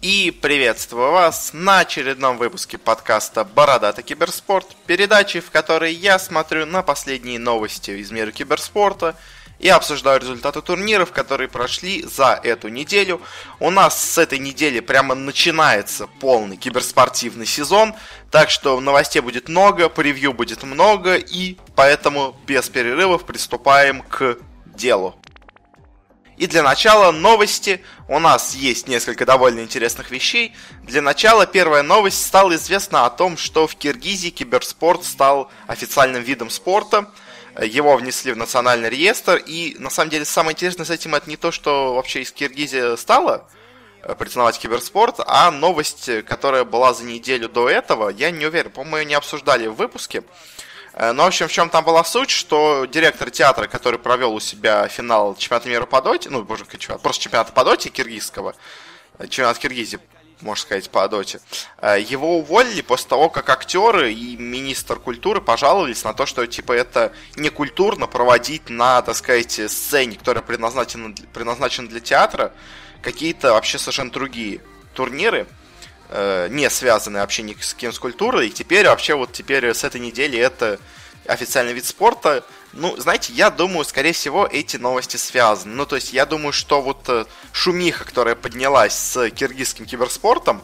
И приветствую вас на очередном выпуске подкаста «Бородатый киберспорт», передачи, в которой я смотрю на последние новости из мира киберспорта и обсуждаю результаты турниров, которые прошли за эту неделю. У нас с этой недели прямо начинается полный киберспортивный сезон, так что новостей будет много, превью будет много, и поэтому без перерывов приступаем к делу. И для начала новости. У нас есть несколько довольно интересных вещей. Для начала первая новость: стало известно о том, что в Киргизии киберспорт стал официальным видом спорта. Его внесли в национальный реестр. И на самом деле самое интересное с этим это не то, что вообще из Киргизии стало признавать киберспорт, а новость, которая была за неделю до этого. Я не уверен, по-моему, ее не обсуждали в выпуске. Но, в общем, в чем там была суть, что директор театра, который провел у себя финал чемпионата мира по доте, просто чемпионата по доте киргизского, чемпионат Киргизии, можно сказать, по доте, его уволили после того, как актеры и министр культуры пожаловались на то, что, типа, это некультурно проводить на, так сказать, сцене, которая предназначена для театра, какие-то вообще совершенно другие турниры, не связанные вообще ни с кем с культурой, и теперь с этой недели это официальный вид спорта. Ну, знаете, я думаю, скорее всего, эти новости связаны. Ну, то есть, я думаю, что вот шумиха, которая поднялась с киргизским киберспортом,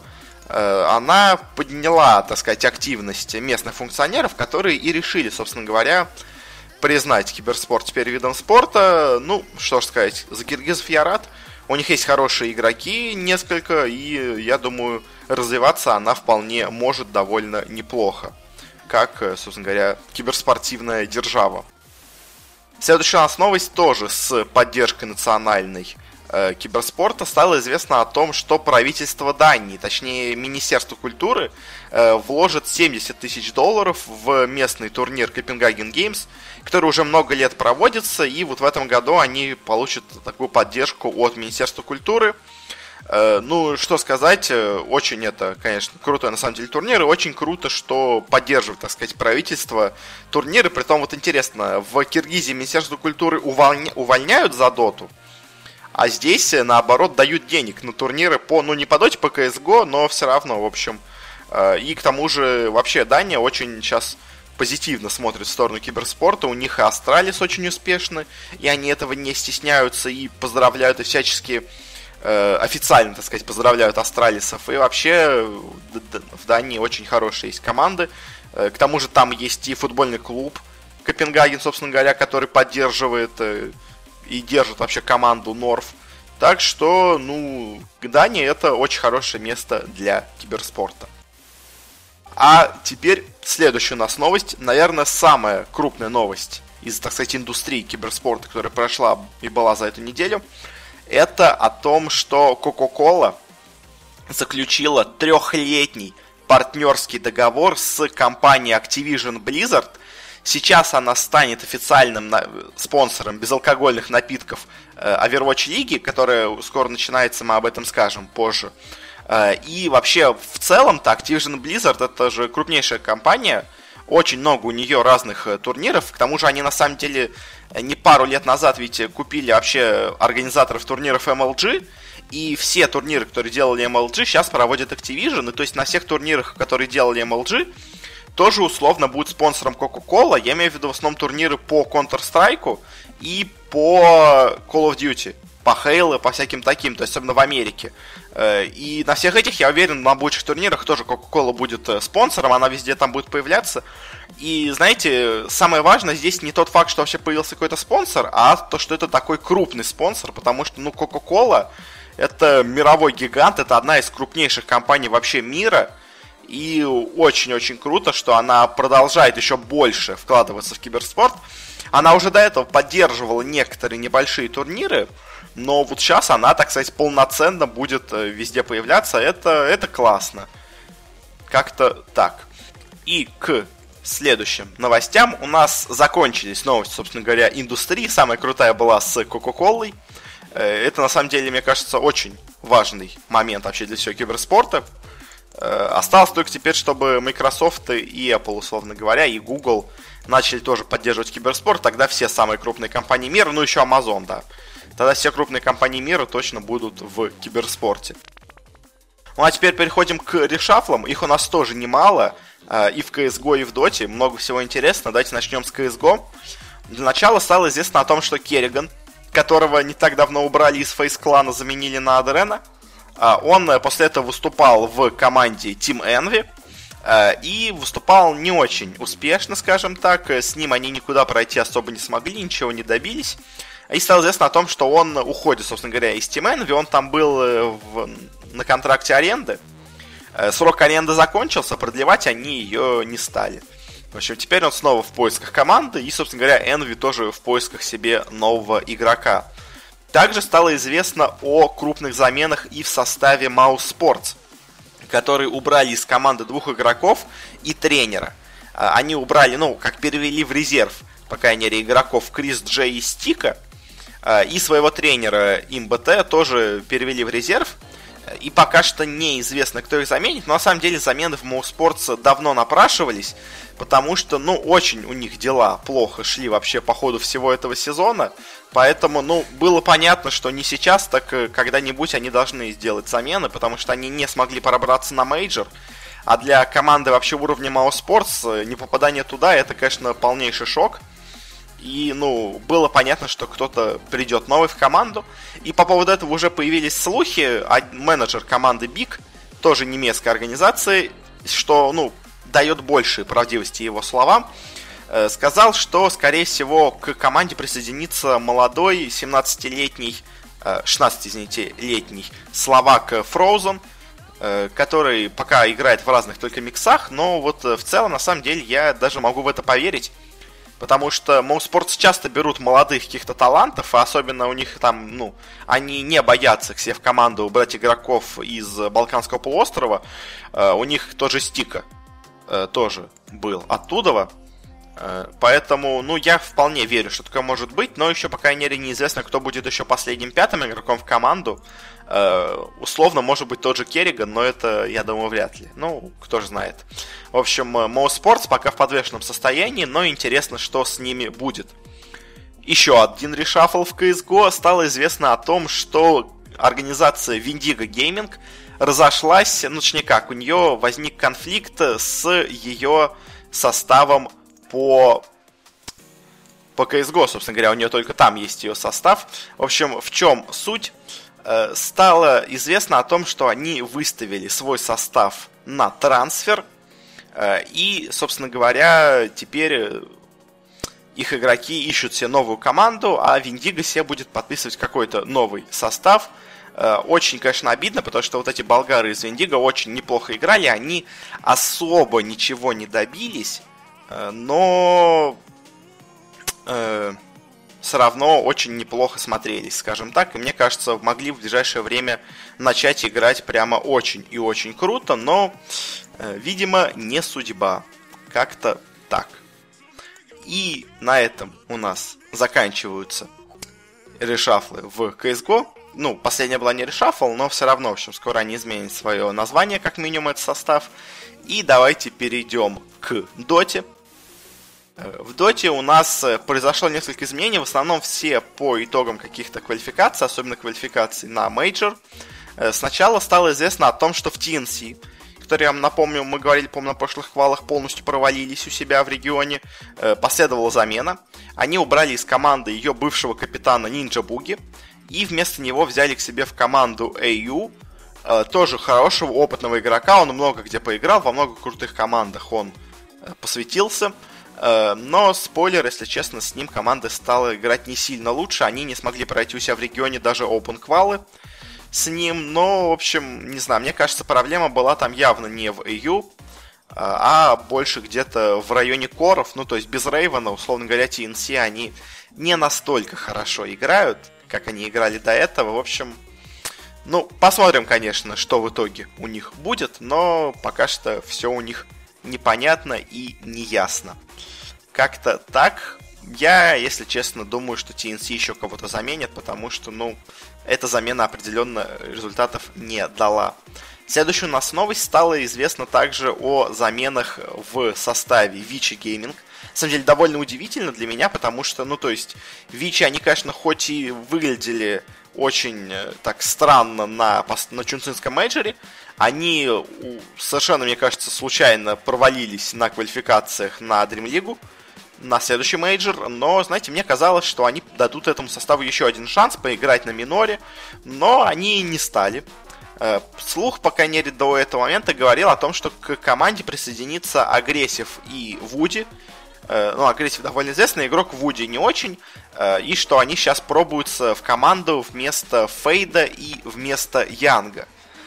она подняла, так сказать, активность местных функционеров, которые и решили, собственно говоря, признать киберспорт теперь видом спорта. Ну, что ж сказать, за киргизов я рад. У них есть хорошие игроки, несколько, и, я думаю, развиваться она вполне может довольно неплохо, как, собственно говоря, киберспортивная держава. Следующая у нас новость тоже с поддержкой национальной киберспорта. Стало известно о том, что правительство Дании, точнее Министерство культуры, вложит $70 тысяч в местный турнир Copenhagen Games, который уже много лет проводится, и вот в этом году они получат такую поддержку от Министерства культуры. Ну, что сказать, очень это, конечно, крутой на самом деле турнир, и очень круто, что поддерживает, так сказать, правительство турниры. Притом, вот интересно, в Киргизии Министерство культуры увольняют за доту, а здесь, наоборот, дают денег на турниры по, ну, не по доте, по CSGO, но все равно, в общем. И к тому же, вообще, Дания очень сейчас позитивно смотрит в сторону киберспорта. У них и Астралис очень успешны, и они этого не стесняются, и поздравляют, и всячески официально, так сказать, поздравляют Астралисов. И вообще в Дании очень хорошие есть команды. К тому же там есть и футбольный клуб Копенгаген, собственно говоря, который поддерживает и держит вообще команду Норф. Так что, ну, Дания это очень хорошее место для киберспорта. А теперь следующая у нас новость. Наверное, самая крупная новость из, так сказать, индустрии киберспорта, которая прошла и была за эту неделю. Это о том, что Coca-Cola заключила 3-летний партнерский договор с компанией Activision Blizzard. Сейчас она станет официальным спонсором безалкогольных напитков Overwatch лиги, которая скоро начинается, мы об этом скажем позже. И вообще, в целом-то Activision Blizzard это же крупнейшая компания. Очень много у нее разных турниров. К тому же они на самом деле не пару лет назад ведь купили вообще организаторов турниров MLG. И все турниры, которые делали MLG, сейчас проводят Activision. И то есть на всех турнирах, которые делали MLG, тоже условно будет спонсором Coca-Cola. Я имею в виду в основном турниры по Counter-Strike и по Call of Duty. По Halo, по всяким таким, то есть особенно в Америке. И на всех этих, я уверен, на будущих турнирах тоже Coca-Cola будет спонсором, она везде там будет появляться. И, знаете, самое важное здесь не тот факт, что вообще появился какой-то спонсор, а то, что это такой крупный спонсор, потому что, ну, Coca-Cola это мировой гигант, это одна из крупнейших компаний вообще мира. И очень-очень круто, что она продолжает еще больше вкладываться в киберспорт. Она уже до этого поддерживала некоторые небольшие турниры, но вот сейчас она, так сказать, полноценно будет везде появляться. Это классно. Как-то так. И к следующим новостям. У нас закончились новости, собственно говоря, индустрии. Самая крутая была с Coca-Cola. Это, на самом деле, мне кажется, очень важный момент вообще для всего киберспорта. Осталось только теперь, чтобы Microsoft и Apple, условно говоря, и Google начали тоже поддерживать киберспорт. Тогда все самые крупные компании мира, ну еще Amazon, да. Тогда все крупные компании мира точно будут в киберспорте. Ну а теперь переходим к решафлам. Их у нас тоже немало. И в CSGO, и в Доте. Много всего интересного. Давайте начнем с CSGO. Для начала стало известно о том, что Керриган, которого не так давно убрали из фейс-клана, заменили на Адрена. Он после этого выступал в команде Team Envy. И выступал не очень успешно, скажем так. С ним они никуда пройти особо не смогли, ничего не добились. И стало известно о том, что он уходит, собственно говоря, из Team Envy. Он там был на контракте аренды. Срок аренды закончился, продлевать они ее не стали. В общем, теперь он снова в поисках команды. И, собственно говоря, Envy тоже в поисках себе нового игрока. Также стало известно о крупных заменах и в составе Mouse Sports, которые убрали из команды 2 игроков и тренера. Они убрали, как перевели в резерв, по крайней мере, игроков Крис Джей и Стика. И своего тренера ИМБТ тоже перевели в резерв. И пока что неизвестно, кто их заменит. Но на самом деле замены в Mouse Sports давно напрашивались. Потому что, очень у них дела плохо шли вообще по ходу всего этого сезона. Поэтому, было понятно, что не сейчас, так когда-нибудь они должны сделать замены. Потому что они не смогли пробраться на мейджор. А для команды вообще уровня Mouse Sports не попадание туда, это, конечно, полнейший шок. И, было понятно, что кто-то придет новый в команду. И по поводу этого уже появились слухи. Менеджер команды Big, тоже немецкой организации, что, дает больше правдивости его словам, сказал, что, скорее всего, к команде присоединится молодой 16-летний, 16-летний словак Frozen, который пока играет в разных только миксах, но вот в целом, на самом деле, я даже могу в это поверить. Потому что Mouse Sports часто берут молодых каких-то талантов, а особенно у них там, они не боятся к себе в команду брать игроков из Балканского полуострова. У них тоже Стика тоже был оттуда. Поэтому, я вполне верю, что такое может быть, но еще, по крайней мере, неизвестно, кто будет еще последним 5-м игроком в команду. Условно, может быть, тот же Керриган, но это, я думаю, вряд ли. Кто же знает. В общем, Mouse Sports пока в подвешенном состоянии, но интересно, что с ними будет. Еще один решафл в CSGO. Стало известно о том, что организация Vindigo Gaming разошлась, точнее как, у нее возник конфликт с ее составом по CSGO, собственно говоря, у нее только там есть ее состав. В общем, в чем суть? Стало известно о том, что они выставили свой состав на трансфер. И, собственно говоря, теперь их игроки ищут себе новую команду, а Vindigo себе будет подписывать какой-то новый состав. Очень, конечно, обидно, потому что вот эти болгары из Vindigo очень неплохо играли. Они особо ничего не добились, но все равно очень неплохо смотрелись, скажем так. И мне кажется, могли в ближайшее время начать играть прямо очень и очень круто, но, видимо, не судьба. Как-то так. И на этом у нас заканчиваются решафлы в CSGO. Последняя была не решафл, но все равно, в общем, скоро они изменят свое название, как минимум, этот состав. И давайте перейдем к Доте. В Доте у нас произошло несколько изменений, в основном все по итогам каких-то квалификаций, особенно квалификаций на мейджор. Сначала стало известно о том, что в TNC, которые, я вам напомню, мы говорили, по-моему, на прошлых квалах, полностью провалились у себя в регионе, последовала замена. Они убрали из команды ее бывшего капитана Ninja Boogie и вместо него взяли к себе в команду AU, тоже хорошего, опытного игрока. Он много где поиграл, во много крутых командах он посвятился. Но, спойлер, если честно, с ним команда стала играть не сильно лучше. Они не смогли пройти у себя в регионе даже open-квалы с ним. Но, в общем, не знаю, мне кажется, проблема была там явно не в AU, а больше где-то в районе коров. То есть без Рейвена, условно говоря, TNC, они не настолько хорошо играют, как они играли до этого. В общем, посмотрим, конечно, что в итоге у них будет. Но пока что все у них непонятно и неясно. Как-то так. Я, если честно, думаю, что TNC еще кого-то заменят, потому что, эта замена определенно результатов не дала. Следующая у нас новость. Стало известно также о заменах в составе Vici Gaming. На самом деле, довольно удивительно для меня, потому что, Vici, они, конечно, хоть и выглядели очень так странно на Чунцинском мейджоре. Они совершенно, мне кажется, случайно провалились на квалификациях на Dream League, на следующий мейджор. Но, знаете, мне казалось, что они дадут этому составу еще один шанс поиграть на миноре, но они не стали. Слух, по крайней мере, до этого момента говорил о том, что к команде присоединится Агрессив и Вуди. Агрессив довольно известный игрок, Вуди не очень. И что они сейчас пробуются в команду вместо Фейда и вместо Янга.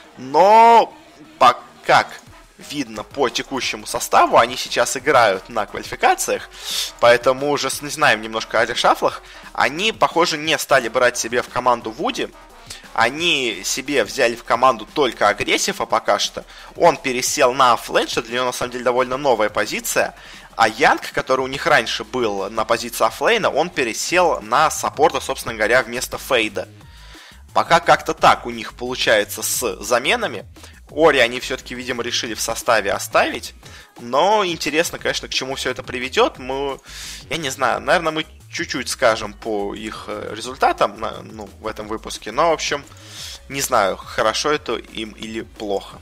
Но, как видно по текущему составу, они сейчас играют на квалификациях. Поэтому уже не знаем немножко о решафлах. Они, похоже, не стали брать себе в команду Вуди. Они себе взяли в команду только Агрессива пока что. Он пересел на оффлейн, что для него на самом деле довольно новая позиция. А Янг, который у них раньше был на позиции оффлейна, он пересел на саппорта, собственно говоря, вместо Фейда. Пока как-то так у них получается с заменами. Ори они все-таки, видимо, решили в составе оставить. Но интересно, конечно, к чему все это приведет. Я не знаю, наверное, мы чуть-чуть скажем по их результатам в этом выпуске. Но, в общем, не знаю, хорошо это им или плохо.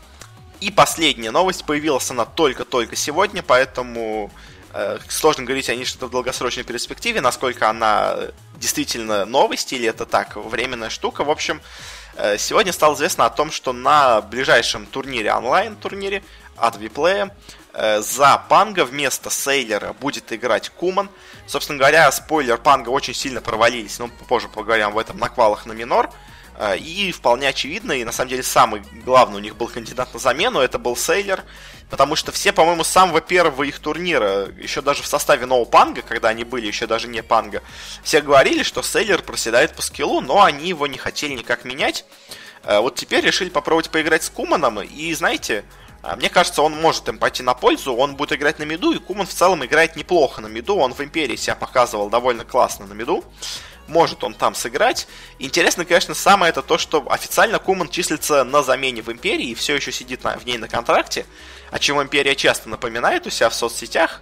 И последняя новость, появилась она только-только сегодня, поэтому сложно говорить о ней что-то в долгосрочной перспективе, насколько она действительно новость или это так, временная штука. В общем, сегодня стало известно о том, что на ближайшем турнире, онлайн-турнире от Vplay, за Панго вместо Сейлера будет играть Куман. Собственно говоря, спойлер, Панго очень сильно провалились, но попозже поговорим об этом на квалах на минор. И вполне очевидно, и на самом деле самый главный у них был кандидат на замену, это был Сейлер, потому что все, по-моему, с самого первого их турнира, еще даже в составе No Панго, когда они были еще даже не Панго, все говорили, что Сейлер проседает по скиллу, но они его не хотели никак менять. Вот теперь решили попробовать поиграть с Куманом, и знаете, мне кажется, он может им пойти на пользу, он будет играть на миду, и Куман в целом играет неплохо на миду, он в Империи себя показывал довольно классно на миду. Может он там сыграть. Интересно, конечно, самое это то, что официально Куман числится на замене в Империи и все еще сидит в ней на контракте, о чем Империя часто напоминает у себя в соцсетях.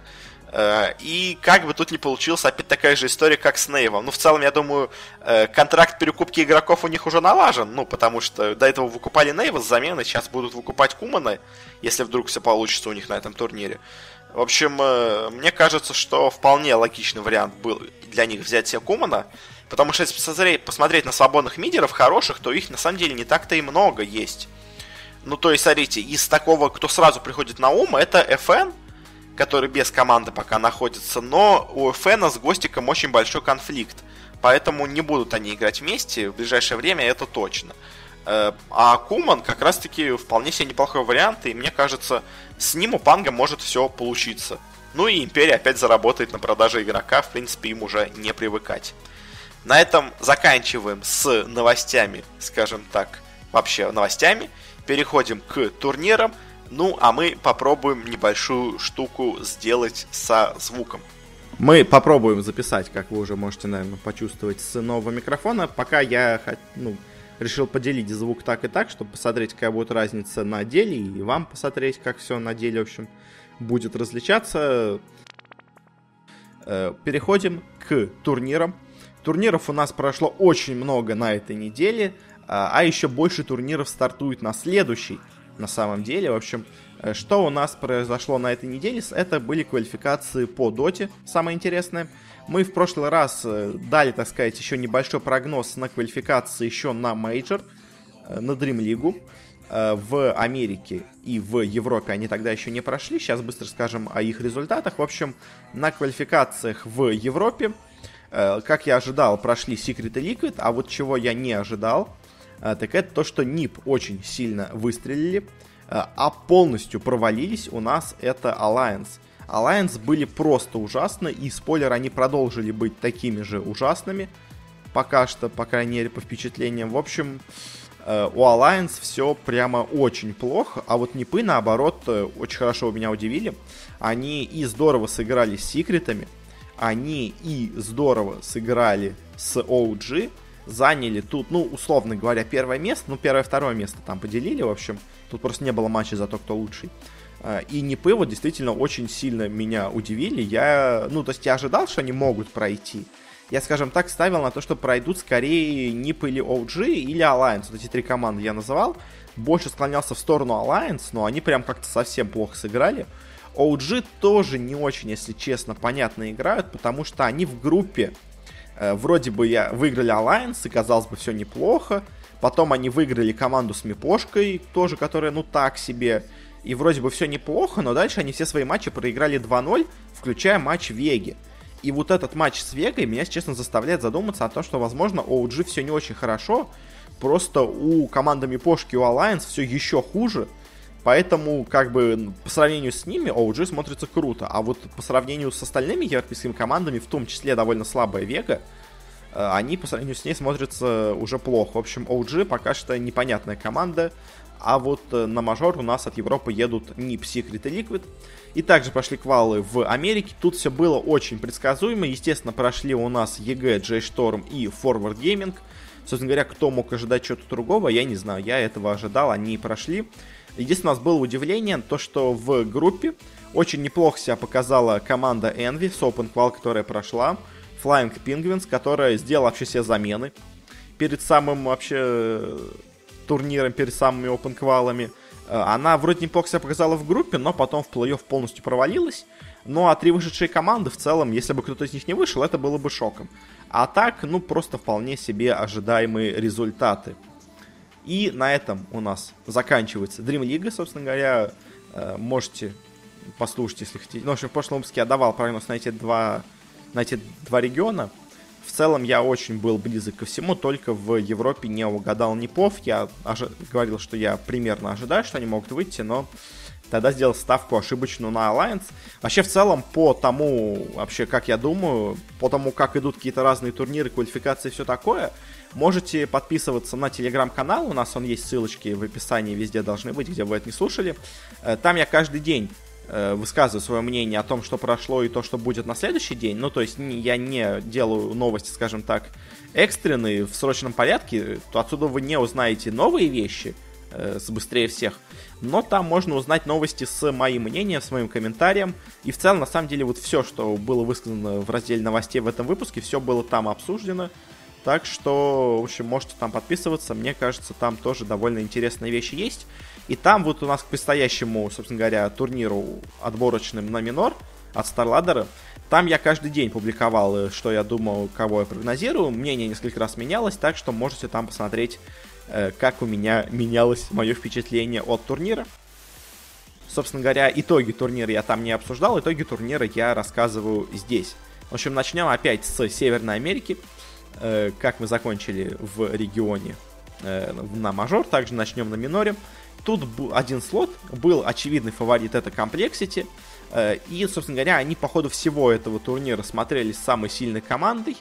И как бы тут не получилась опять такая же история, как с Нейвом. В целом, я думаю, контракт перекупки игроков у них уже налажен, потому что до этого выкупали Нейва с замены, сейчас будут выкупать Кумана, если вдруг все получится у них на этом турнире. В общем, мне кажется, что вполне логичный вариант был для них взять себе Кумана, потому что если посмотреть на свободных мидеров хороших, то их на самом деле не так-то и много есть. То есть, смотрите, из такого, кто сразу приходит на ум, это FN, который без команды пока находится, но у FN с Гостиком очень большой конфликт, поэтому не будут они играть вместе в ближайшее время, это точно. А Куман как раз-таки вполне себе неплохой вариант, и мне кажется, с ним у Панго может все получиться. И Империя опять заработает на продаже игрока, в принципе, им уже не привыкать. На этом заканчиваем с новостями, скажем так, вообще новостями. Переходим к турнирам. А мы попробуем небольшую штуку сделать со звуком. Мы попробуем записать, как вы уже можете, наверное, почувствовать, с нового микрофона. Пока я решил поделить звук так и так, чтобы посмотреть, какая будет разница на деле, и вам посмотреть, как все на деле, в общем, будет различаться. Переходим к турнирам. Турниров у нас прошло очень много на этой неделе, а еще больше турниров стартует на следующей. На самом деле, в общем, что у нас произошло на этой неделе, это были квалификации по доте, самое интересное. Мы в прошлый раз дали, так сказать, еще небольшой прогноз на квалификации еще на мейджор, на Dream League. В Америке и в Европе они тогда еще не прошли, сейчас быстро скажем о их результатах. В общем, на квалификациях в Европе, как я ожидал, прошли Secret и Liquid, а вот чего я не ожидал, так это то, что NiP очень сильно выстрелили, а полностью провалились у нас это Alliance. Alliance были просто ужасны, и спойлер, они продолжили быть такими же ужасными, пока что, по крайней мере, по впечатлениям. В общем, у Alliance все прямо очень плохо, а вот NiP, наоборот, очень хорошо меня удивили. Они и здорово сыграли с секретами, они и здорово сыграли с OG, заняли тут, условно говоря, первое место, первое-второе место там поделили, в общем, тут просто не было матча за то, кто лучший. И NiP вот действительно очень сильно меня удивили. Я ожидал, что они могут пройти. я, скажем так, ставил на то, что пройдут скорее NiP или OG или Alliance. Вот эти 3 команды я называл. Больше склонялся в сторону Alliance, но они прям как-то совсем плохо сыграли. OG тоже не очень, если честно, понятно играют, потому что они в группе вроде бы выиграли Alliance, и казалось бы все неплохо. Потом они выиграли команду с Мипошкой, тоже, которая ну так себе. И вроде бы все неплохо, но дальше они все свои матчи проиграли 2-0, включая матч Веги. И вот этот матч с Вегой меня, честно, заставляет задуматься о том, что, возможно, OG все не очень хорошо. Просто у команды Мипошки и у Alliance все еще хуже. Поэтому, как бы, по сравнению с ними, OG смотрится круто. А вот по сравнению с остальными европейскими командами, в том числе довольно слабая Вега, они по сравнению с ней смотрятся уже плохо. В общем, OG пока что непонятная команда. А вот на мажор у нас от Европы едут NiP, Secret и Liquid. И также прошли квалы в Америке. Тут все было очень предсказуемо. Естественно, прошли у нас EG, J-Storm и Forward Gaming. Собственно говоря, кто мог ожидать чего-то другого, я не знаю. Я этого ожидал, они и прошли. Единственное, у нас было удивление, то что в группе очень неплохо себя показала команда Envy с Open Qual, которая прошла. Flying Penguins, которая сделала вообще все замены перед самым вообще турниром, перед самыми Open Qual'ами. Она вроде неплохо себя показала в группе, но потом в плей-офф полностью провалилась. Ну а 3 вышедшие команды в целом, если бы кто-то из них не вышел, это было бы шоком. А так, ну просто вполне себе ожидаемые результаты. И на этом у нас заканчивается Dream League, собственно говоря. Можете послушать, если хотите. Ну, в общем, в прошлом выпуске я давал прогноз на эти два региона. В целом я очень был близок ко всему, только в Европе не угадал НиПов. Я говорил, что я примерно ожидаю, что они могут выйти, но тогда сделал ставку ошибочную на Alliance. Вообще, в целом, по тому, вообще, как я думаю, по тому, как идут какие-то разные турниры, квалификации и все такое, можете подписываться на телеграм-канал. У нас он есть, ссылочки в описании везде должны быть, где вы это не слушали. Там я каждый день высказываю свое мнение о том, что прошло и то, что будет на следующий день. Ну, то есть я не делаю новости, скажем так, экстренные, в срочном порядке. То отсюда вы не узнаете новые вещи быстрее всех. Но там можно узнать новости с моим мнением, с моим комментарием. И в целом, на самом деле, вот все, что было высказано в разделе новостей в этом выпуске, все было там обсуждено. Так что, в общем, можете там подписываться. Мне кажется, там тоже довольно интересные вещи есть. И там вот у нас к предстоящему, собственно говоря, турниру отборочным на минор от StarLadder, там я каждый день публиковал, что я думал, кого я прогнозирую. Мнение несколько раз менялось, так что можете там посмотреть, как у меня менялось мое впечатление от турнира. Собственно говоря, итоги турнира я там не обсуждал, итоги турнира я рассказываю здесь. В общем, начнем опять с Северной Америки. Как мы закончили в регионе на мажор, также начнем на миноре. Тут один слот, был очевидный фаворит, это Complexity. И, собственно говоря, они по ходу всего этого турнира смотрелись самой сильной командой.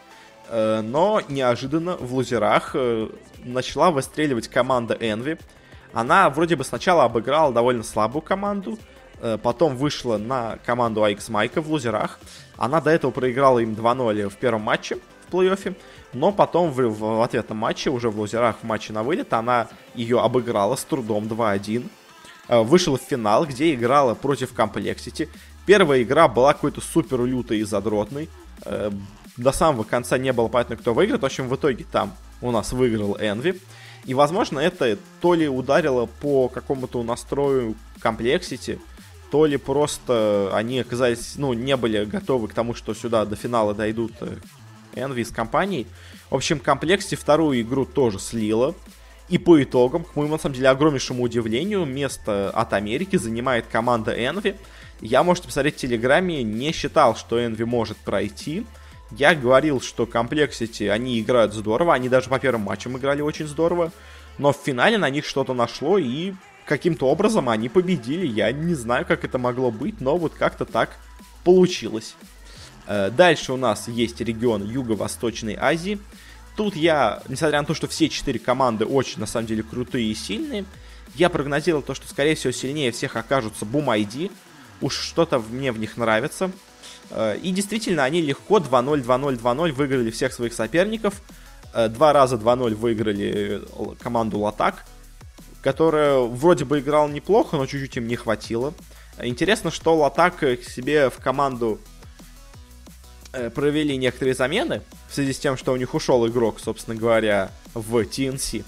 Но неожиданно в лузерах начала выстреливать команда Envy. Она вроде бы сначала обыграла довольно слабую команду, потом вышла на команду AX Майка в лузерах. Она до этого проиграла им 2-0 в первом матче в плей-оффе. Но потом в ответном матче, уже в лузерах, в матче на вылет, она ее обыграла с трудом 2-1. Вышла в финал, где играла против Complexity. Первая игра была какой-то супер лютой и задротной. До самого конца не было понятно, кто выиграет. В общем, в итоге там у нас выиграл Envy. И, возможно, это то ли ударило по какому-то настрою Complexity, то ли просто они оказались, не были готовы к тому, что сюда до финала дойдут Envy с компанией. В общем, Complexity вторую игру тоже слила. И по итогам, к моему, на самом деле, огромнейшему удивлению, место от Америки занимает команда Envy. Я, можете посмотреть в Телеграме, не считал, что Envy может пройти. Я говорил, что Complexity, они играют здорово. Они даже по первым матчам играли очень здорово. Но в финале на них что-то нашло, и каким-то образом они победили. Я не знаю, как это могло быть, но вот как-то так получилось. Дальше у нас есть регион Юго-Восточной Азии. Тут я, несмотря на то, что все 4 команды очень, на самом деле, крутые и сильные, я прогнозировал то, что, скорее всего, сильнее всех окажутся Boom ID. Уж что-то мне в них нравится. И действительно, они легко 2-0, 2-0, 2-0 выиграли всех своих соперников. 2 раза 2-0 выиграли команду Латак, которая вроде бы играла неплохо, но чуть-чуть им не хватило. Интересно, что Латак к себе в команду провели некоторые замены в связи с тем, что у них ушел игрок, собственно говоря, в TNC.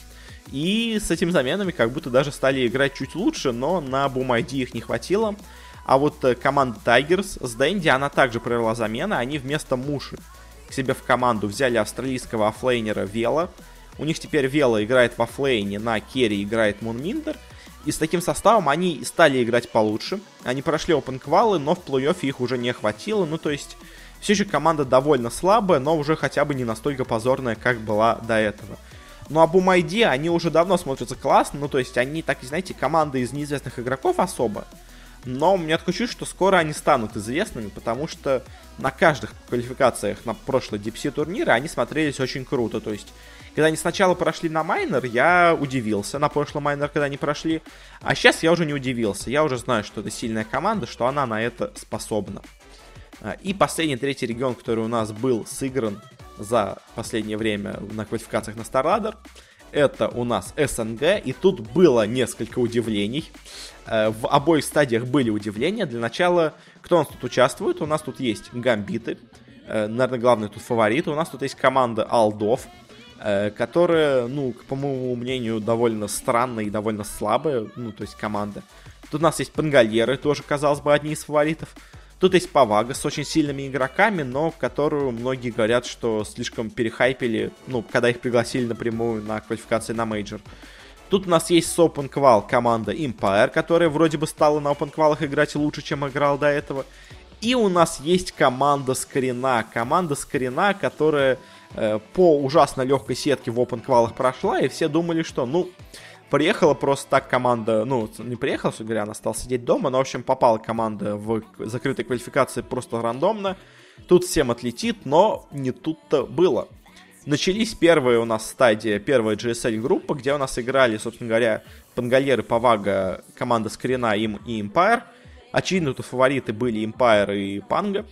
И с этими заменами как будто даже стали играть чуть лучше, но на Boom ID их не хватило. А вот команда Tigers с Дэнди, она также провела замены. Они вместо Муши к себе в команду взяли австралийского оффлейнера Вела. У них теперь Вела играет в оффлейне, на керри играет Мунминдер. И с таким составом они стали играть получше. Они прошли опенквалы, но в плей-оффе их уже не хватило. Ну, то есть, все еще команда довольно слабая, но уже хотя бы не настолько позорная, как была до этого. Ну, а Boom ID, они уже давно смотрятся классно. Ну, то есть, они, так и знаете, команда из неизвестных игроков особо. Но у меня такое чувство, что скоро они станут известными, потому что на каждых квалификациях на прошлые DPC турниры они смотрелись очень круто. То есть, когда они сначала прошли на майнер, я удивился на прошлый майнер, когда они прошли. А сейчас я уже не удивился. Я уже знаю, что это сильная команда, что она на это способна. И последний, третий регион, который у нас был сыгран за последнее время на квалификациях на StarLadder, это у нас СНГ. И тут было несколько удивлений. В обоих стадиях были удивления. Для начала, кто у нас тут участвует? У нас тут есть гамбиты. Наверное, главный тут фаворит. У нас тут есть команда Алдов, которая, ну, по моему мнению, довольно странная и довольно слабая, ну, то есть команда. Тут у нас есть Пангольеры, тоже, казалось бы, одни из фаворитов. Тут есть Павага с очень сильными игроками, но которую многие говорят, что слишком перехайпили, ну, когда их пригласили напрямую на квалификации на мейджор. Тут у нас есть с OpenQual команда Empire, которая вроде бы стала на OpenQual'ах играть лучше, чем играл до этого. И у нас есть команда Скорина, которая по ужасно легкой сетке в OpenQual'ах прошла, и все думали, что, ну, приехала просто так команда, ну, не приехала, все говоря, она стала сидеть дома, но, в общем, попала команда в закрытой квалификации просто рандомно. Тут всем отлетит, но не тут-то было. Начались первые у нас стадии, первая GSL-группа, где у нас играли, собственно говоря, Пангольеры, Павага, команда Скорина и Empire. Очевидно, тут фавориты были Empire и Панга.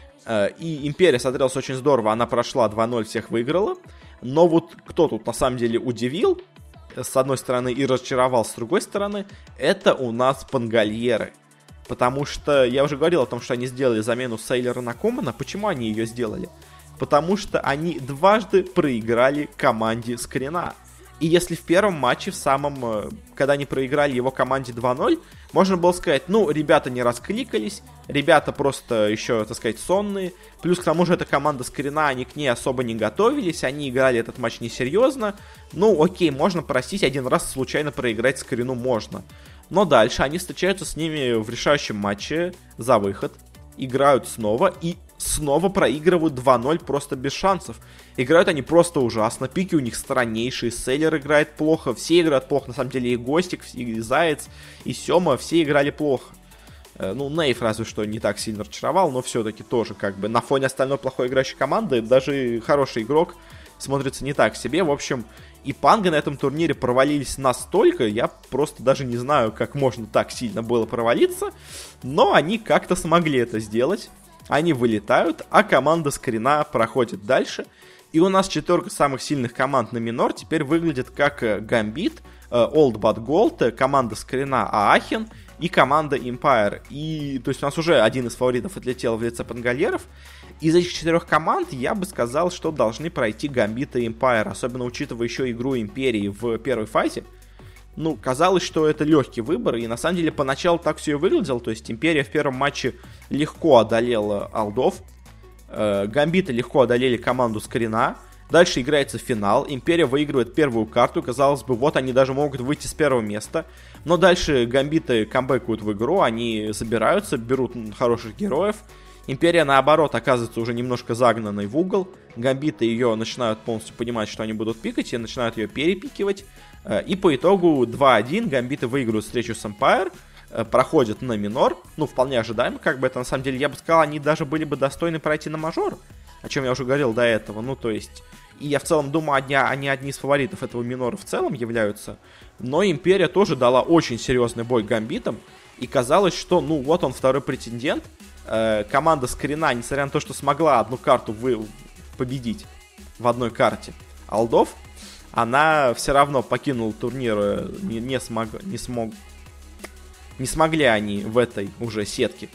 И Империя смотрелась очень здорово, она прошла 2-0, всех выиграла. Но вот кто тут на самом деле удивил, с одной стороны, и разочаровал с другой стороны, это у нас Пангольеры. Потому что я уже говорил о том, что они сделали замену Сейлера на Комана. Почему они ее сделали? Потому что они дважды проиграли команде Скорина. И если в первом матче, когда они проиграли его команде 2-0, можно было сказать, ну, ребята не раскликались, ребята просто еще, так сказать, сонные. Плюс к тому же эта команда Скорина, они к ней особо не готовились, они играли этот матч несерьезно. Ну, окей, можно простить, один раз случайно проиграть Скорину можно. Но дальше они встречаются с ними в решающем матче за выход, играют снова и снова проигрывают 2-0 просто без шансов. Играют они просто ужасно, пики у них страннейшие, Сейлер играет плохо, все играют плохо, на самом деле и Гостик, и Заяц, и Сёма, все играли плохо. Ну, Нейв разве что не так сильно разочаровал, но все-таки тоже как бы на фоне остальной плохой играющей команды даже хороший игрок смотрится не так себе. В общем, и Панга на этом турнире провалились настолько, я просто даже не знаю, как можно так сильно было провалиться, но они как-то смогли это сделать. Они вылетают, а команда Скорина проходит дальше. И у нас четверка самых сильных команд на минор теперь выглядит как Гамбит, Old But Gold, команда Скорина Аахен и команда Empire. И то есть у нас уже один из фаворитов отлетел в лице Пангольеров. Из этих четырех команд я бы сказал, что должны пройти Гамбит и Empire, особенно учитывая еще игру Империи в первой фазе. Ну, казалось, что это легкий выбор, и на самом деле поначалу так все и выглядело. То есть Империя в первом матче легко одолела Алдов, Гамбиты легко одолели команду Скорина. Дальше играется финал, Империя выигрывает первую карту, казалось бы, вот они даже могут выйти с первого места. Но дальше Гамбиты камбэкают в игру, они забираются, берут хороших героев. Империя, наоборот, оказывается уже немножко загнанной в угол. Гамбиты ее начинают полностью понимать, что они будут пикать, и начинают ее перепикивать. И по итогу 2-1 Гамбиты выигрывают встречу с Empire, проходят на минор. Ну, вполне ожидаемо, как бы это на самом деле, я бы сказал, они даже были бы достойны пройти на мажор, о чем я уже говорил до этого. Ну, то есть, и я в целом думаю, они одни из фаворитов этого минора в целом являются. Но Империя тоже дала очень серьезный бой Гамбитам, и казалось, что, ну, вот он второй претендент. Команда Скорина, несмотря на то, что смогла одну карту победить в одной карте Алдов, она все равно покинула турнир, не смогли они в этой уже сетке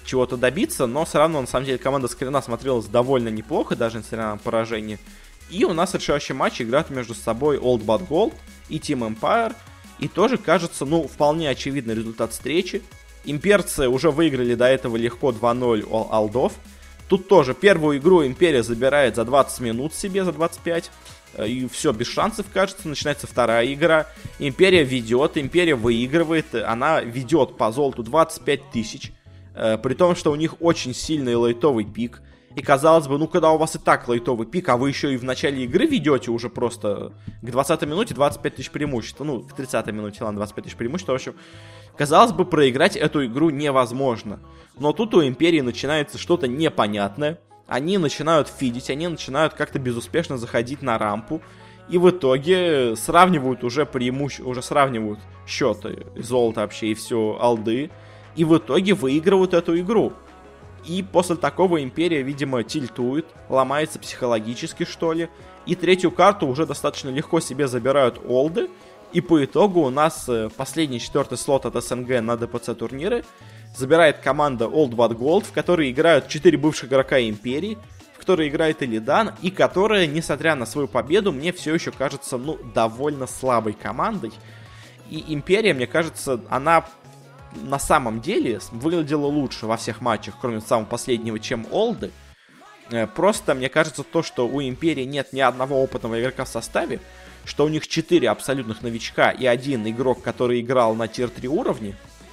чего-то добиться, но все равно, на самом деле, команда Скрина смотрелась довольно неплохо, даже несмотря на поражение. И у нас решающий матч играют между собой Old But Gold и Team Empire. И тоже кажется, вполне очевидный результат встречи. Имперцы уже выиграли до этого легко 2-0 у Алдов. Тут тоже первую игру Империя забирает за 20 минут себе, за 25. И все, без шансов, кажется. Начинается вторая игра. Империя ведет, Империя выигрывает. Она ведет по золоту 25 тысяч. При том, что у них очень сильный лайтовый пик. И казалось бы, когда у вас и так лайтовый пик, а вы еще и в начале игры ведете уже просто к 20-й минуте 25 тысяч преимущества. К 30-й минуте, 25 тысяч преимущества. В общем, казалось бы, проиграть эту игру невозможно. Но тут у Империи начинается что-то непонятное. Они начинают фидить, они начинают как-то безуспешно заходить на рампу. И в итоге сравнивают уже сравнивают счеты золота вообще и все алды. И в итоге выигрывают эту игру. И после такого Империя, видимо, тильтует, ломается психологически, что ли. И третью карту уже достаточно легко себе забирают олды. И по итогу у нас последний 4-й слот от СНГ на ДПЦ турниры забирает команда Old But Gold, в которой играют 4 бывших игрока Империи, в которой играет Илидан, и которая, несмотря на свою победу, мне все еще кажется, довольно слабой командой. И Империя, мне кажется, она на самом деле выглядела лучше во всех матчах, кроме самого последнего, чем Олды. Просто, мне кажется, то, что у Империи нет ни одного опытного игрока в составе, что у них 4 абсолютных новичка и 1 игрок, который играл на тир-3 уровне,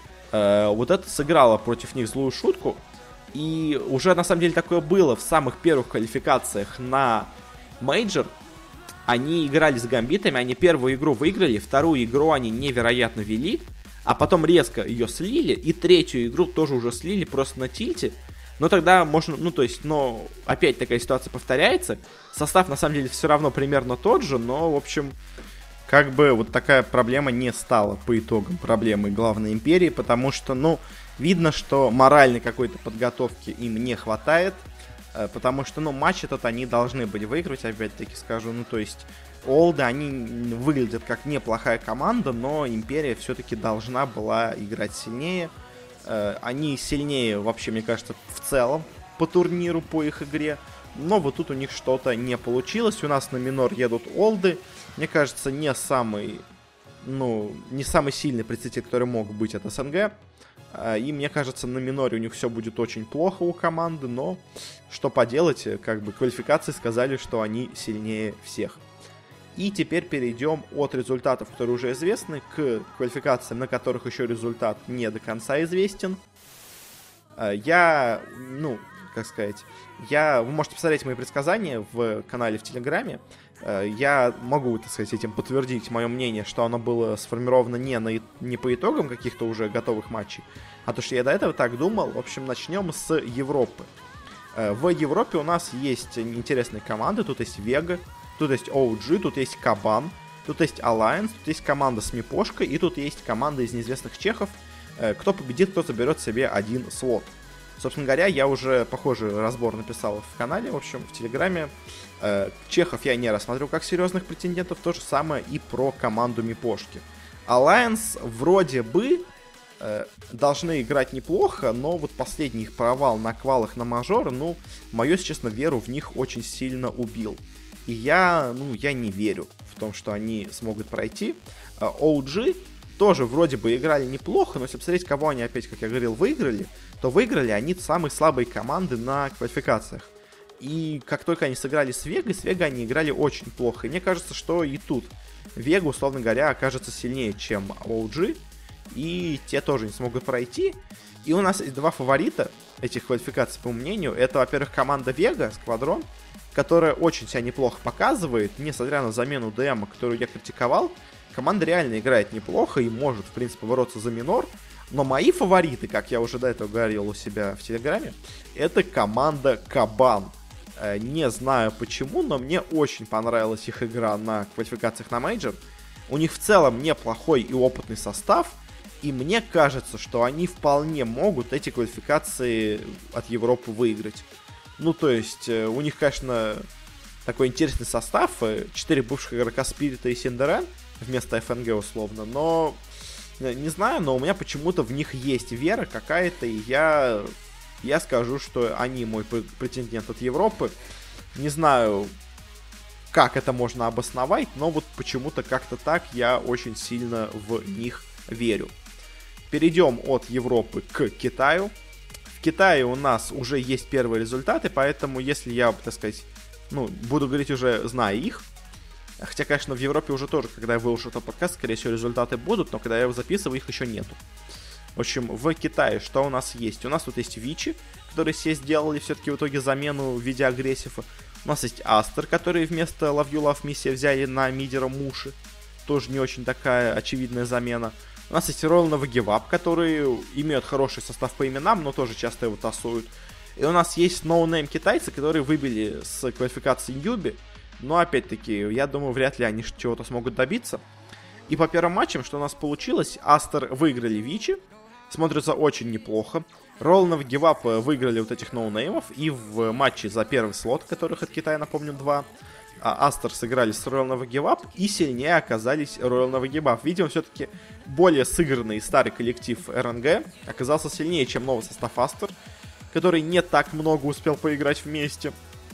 вот это сыграло против них злую шутку. И уже, на самом деле, такое было в самых первых квалификациях на мейджор. Они играли с гамбитами, они первую игру выиграли, вторую игру они невероятно вели, а потом резко ее слили, и третью игру тоже уже слили просто на тильте. Но тогда можно, опять такая ситуация повторяется. Состав, на самом деле, все равно примерно тот же, но, в общем, как бы вот такая проблема не стала по итогам проблемой главной Империи, потому что, видно, что моральной какой-то подготовки им не хватает, потому что, матч этот они должны были выиграть, опять-таки скажу, Олды, они выглядят как неплохая команда, но Империя все-таки должна была играть сильнее. Они сильнее, вообще, мне кажется, в целом по турниру, по их игре. Но вот тут у них что-то не получилось. У нас на минор едут Олды. Мне кажется, не самый сильный представитель, который мог быть от СНГ. И мне кажется, на миноре у них все будет очень плохо у команды. Но что поделать, квалификации сказали, что они сильнее всех. И теперь перейдем от результатов, которые уже известны, к квалификациям, на которых еще результат не до конца известен. Вы можете посмотреть мои предсказания в канале в Телеграме. Я могу, этим подтвердить мое мнение, что оно было сформировано не по итогам каких-то уже готовых матчей, а то, что я до этого так думал. В общем, начнем с Европы. В Европе у нас есть интересные команды. Тут есть Vega, тут есть OG, тут есть Кабан, тут есть Alliance, тут есть команда с Мипошкой, и тут есть команда из неизвестных чехов. Кто победит, кто заберет себе 1 слот. Собственно говоря, я уже похожий разбор написал в канале, в общем, в Телеграме. Чехов я не рассмотрел как серьезных претендентов, то же самое и про команду Мипошки. Alliance вроде бы должны играть неплохо, но вот последний их провал на квалах на мажор, мою, если честно, веру в них очень сильно убил. И я не верю в том, что они смогут пройти. OG тоже вроде бы играли неплохо, но если посмотреть, кого они опять, как я говорил, выиграли, то выиграли они самые слабые команды на квалификациях. И как только они сыграли с Vega они играли очень плохо. И мне кажется, что и тут Vega, условно говоря, окажется сильнее, чем OG. И те тоже не смогут пройти. И у нас есть 2 фаворита этих квалификаций, по мнению. Это, во-первых, команда Vega, Сквадрон, которая очень себя неплохо показывает, несмотря на замену ДМ, которую я критиковал. Команда реально играет неплохо и может, в принципе, бороться за минор. Но мои фавориты, как я уже до этого говорил у себя в Телеграме, это команда Кабан. Не знаю почему, но мне очень понравилась их игра на квалификациях на мейджор. У них в целом неплохой и опытный состав. И мне кажется, что они вполне могут эти квалификации от Европы выиграть. У них, конечно, такой интересный состав. 4 бывших игрока Спирита и Синдерен вместо ФНГ условно. Но, не знаю, но у меня почему-то в них есть вера какая-то. И я я скажу, что они мой претендент от Европы. Не знаю, как это можно обосновать, но вот почему-то как-то так я очень сильно в них верю. Перейдем от Европы к Китаю. В Китае у нас уже есть первые результаты, поэтому если я, так сказать, буду говорить уже зная их, хотя, конечно, в Европе уже тоже, когда я выложу этот подкаст, скорее всего, результаты будут, но когда я его записываю, их еще нету. В общем, в Китае что у нас есть? У нас тут есть Вичи, которые все сделали все-таки в итоге замену в виде агрессива. У нас есть Астер, которые вместо Love You Love Missия взяли на мидера Муши. Тоже не очень такая очевидная замена. У нас есть Royal Nova Give Up, которые имеют хороший состав по именам, но тоже часто его тасуют. И у нас есть ноунейм китайцы, которые выбили с квалификации Ньюби. Но опять-таки, я думаю, вряд ли они чего-то смогут добиться. И по первым матчам, что у нас получилось, Астер выиграли Вичи. Смотрится очень неплохо. Royal Nova Give Up выиграли вот этих ноунеймов. И в матче за первый слот, которых от Китая, напомню, 2, Астер сыграли с Royal Nova Give Up, и сильнее оказались Royal Nova Give Up. Видимо, все-таки более сыгранный старый коллектив РНГ оказался сильнее, чем новый состав Астер, который не так много успел поиграть вместе.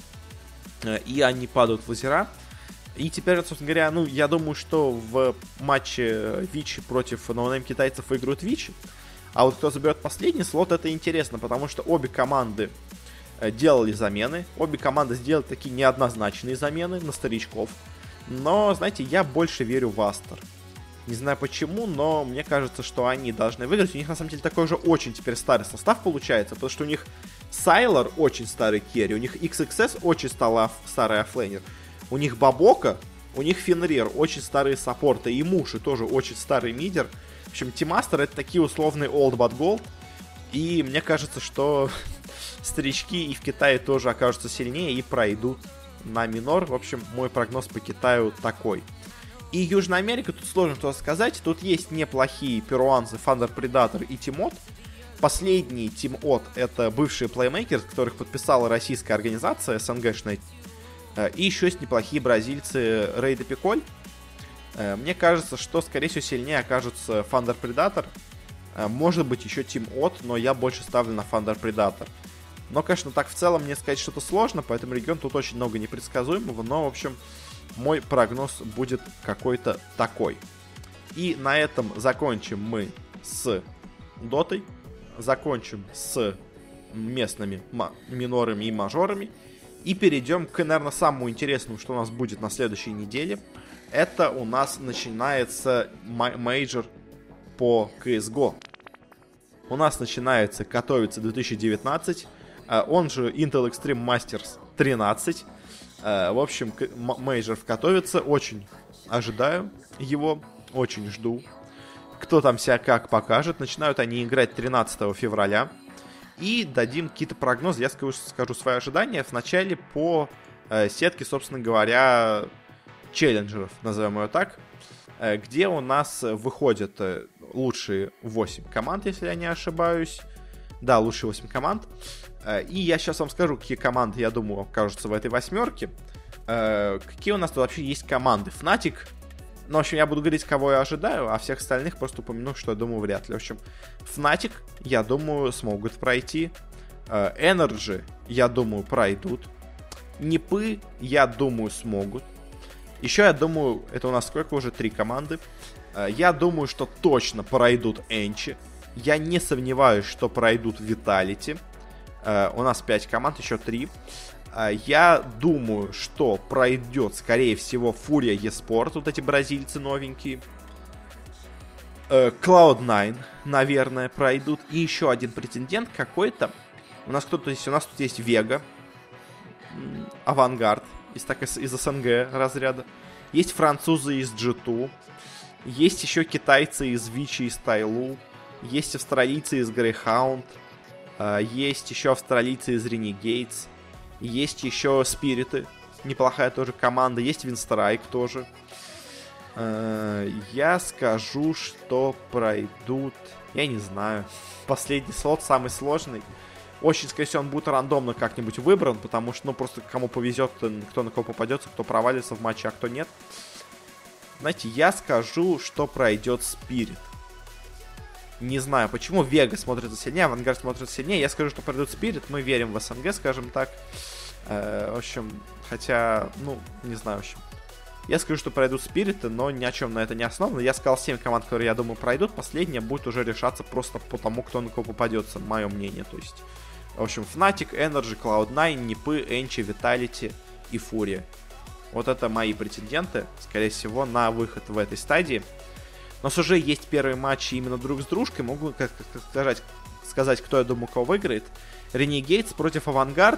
И они падают в лазера. И теперь, собственно говоря, я думаю, что в матче Вичи против ноунейм китайцев выиграют Вичи. А вот кто заберет последний слот, это интересно, потому что обе команды делали замены. Обе команды сделали такие неоднозначные замены на старичков. Но, знаете, я больше верю в Астер. Не знаю почему, но мне кажется, что они должны выиграть. У них, на самом деле, такой же очень теперь старый состав получается, потому что у них Сайлор очень старый керри, у них XXS очень старый оффлейнер, у них Бабока, у них Фенрир очень старые саппорты, и Муши тоже очень старый мидер. В общем, Тимастер это такие условные old but gold. И мне кажется, что старички и в Китае тоже окажутся сильнее и пройдут на минор. В общем, мой прогноз по Китаю такой. И Южная Америка, тут сложно что сказать. Тут есть неплохие перуанцы Thunder Predator и Тимот. Последний Тимот это бывшие плеймейкеры, которых подписала российская организация СНГшная. И еще есть неплохие бразильцы Рейд и Пиколь. Мне кажется, что, скорее всего, сильнее окажутся Thunder Predator. Может быть, еще Team От, но я больше ставлю на Thunder Predator. Но, конечно, так в целом мне сказать что-то сложно, поэтому регион тут очень много непредсказуемого. Но, в общем, мой прогноз будет какой-то такой. И на этом закончим мы с Дотой. Закончим с местными минорами и мажорами. И перейдем к, наверное, самому интересному, что у нас будет на следующей неделе. Это у нас начинается мейджор по CSGO. У нас начинается готовиться 2019, он же Intel Extreme Masters 13. В общем, мейджор готовится, очень ожидаю его, очень жду. Кто там себя как покажет. Начинают они играть 13 февраля. И дадим какие-то прогнозы, я скажу свои ожидания вначале по сетке, собственно говоря, челленджеров, назовем ее так, где у нас выходят лучшие 8 команд, если я не ошибаюсь. Да, лучшие 8 команд. И я сейчас вам скажу, какие команды, я думаю, окажутся в этой восьмерке. Какие у нас тут вообще есть команды. Fnatic. Ну, в общем, я буду говорить, кого я ожидаю, а всех остальных просто упомяну, что я думаю, вряд ли. В общем, Fnatic, я думаю, смогут пройти. Energy, я думаю, пройдут. Нипы, я думаю, смогут. Еще, я думаю, это у нас сколько уже? 3 команды. Я думаю, что точно пройдут Энчи. Я не сомневаюсь, что пройдут Vitality. У нас 5 команд, еще 3. Я думаю, что пройдет, скорее всего, Фурия eSport, вот эти бразильцы новенькие. Cloud9, наверное, пройдут. И еще один претендент какой-то. У нас тут есть Вега, Авангард из СНГ разряда. Есть французы из G2. Есть еще китайцы из Вичи и Стайлу. Есть австралийцы из Greyhound. Есть еще австралийцы из Renegades. Есть еще Спириты. Неплохая тоже команда. Есть Винстрайк тоже. Я скажу, что пройдут... Я не знаю. Последний слот самый сложный. Очень, скорее всего, он будет рандомно как-нибудь выбран, потому что, просто кому повезет, кто на кого попадется, кто провалится в матче, а кто нет. Знаете, я скажу, что пройдет Спирит. Не знаю, почему Вега смотрится сильнее, Авангард смотрится сильнее. Я скажу, что пройдут Спирит, мы верим в СНГ, скажем так. В общем, хотя, не знаю, в общем. Я скажу, что пройдут Спириты, но ни о чем на это не основано. Я сказал 7 команд, которые, я думаю, пройдут. Последняя будет уже решаться просто по тому, кто на кого попадется, мое мнение. То есть, в общем, Fnatic, Energy, Cloud9, Нипы, Энчи, Vitality и Фурия. Вот это мои претенденты, скорее всего, на выход в этой стадии. У нас уже есть первые матчи именно друг с дружкой. Могу сказать, кто, я думаю, кого выиграет. Renegades против Авангард.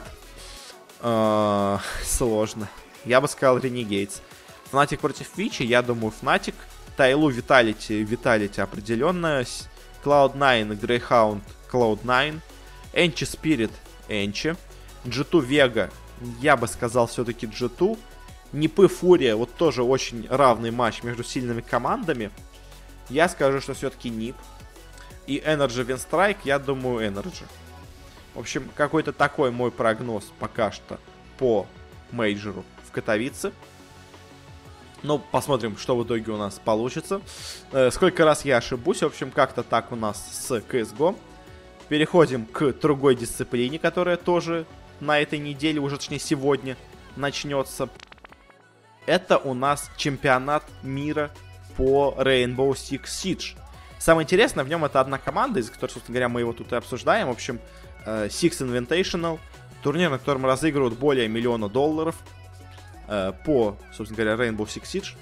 Сложно. Я бы сказал Renegades. Fnatic против Вичи, я думаю, Fnatic. Тайлу, Vitality определенно. Cloud9, Greyhound, Cloud9. Энчи, Spirit, Энчи. G2, Vega, я бы сказал все-таки G2. Нипы, Фурия, вот тоже очень равный матч между сильными командами. Я скажу, что все-таки Нип. И Energy, Винстрайк, я думаю, Energy. В общем, какой-то такой мой прогноз пока что по мейджору в Катовице. Ну, посмотрим, что в итоге у нас получится. Сколько раз я ошибусь. В общем, как-то так у нас с CSGO. Переходим к другой дисциплине, которая тоже на этой неделе, уже точнее сегодня, начнется. Это у нас чемпионат мира по Rainbow Six Siege. Самое интересное в нем это одна команда, из которой, собственно говоря, мы его тут и обсуждаем. В общем, Six Invitational. Турнир, на котором разыгрывают более $1 миллиона по, собственно говоря, Rainbow Six Siege.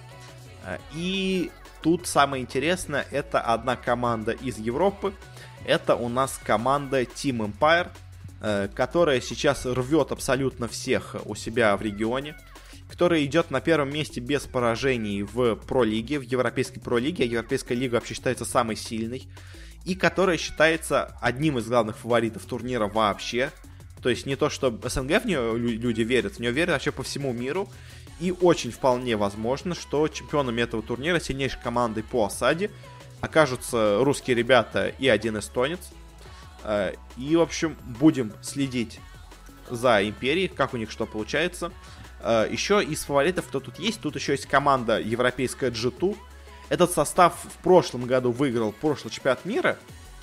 И тут самое интересное, это одна команда из Европы. Это у нас команда Team Empire, которая сейчас рвет абсолютно всех у себя в регионе. Которая идет на первом месте без поражений в Про-лиге, в Европейской Про-лиге. Европейская лига вообще считается самой сильной. И которая считается одним из главных фаворитов турнира вообще. То есть не то, что СНГ в нее люди верят, в нее верят вообще по всему миру. И очень вполне возможно, что чемпионами этого турнира, сильнейшей командой по осаде, окажутся русские ребята и один эстонец. И, в общем, будем следить за Империей, как у них что получается. Еще из фаворитов, кто тут есть, тут еще есть команда европейская G2. Этот состав в прошлом году выиграл прошлый чемпионат мира,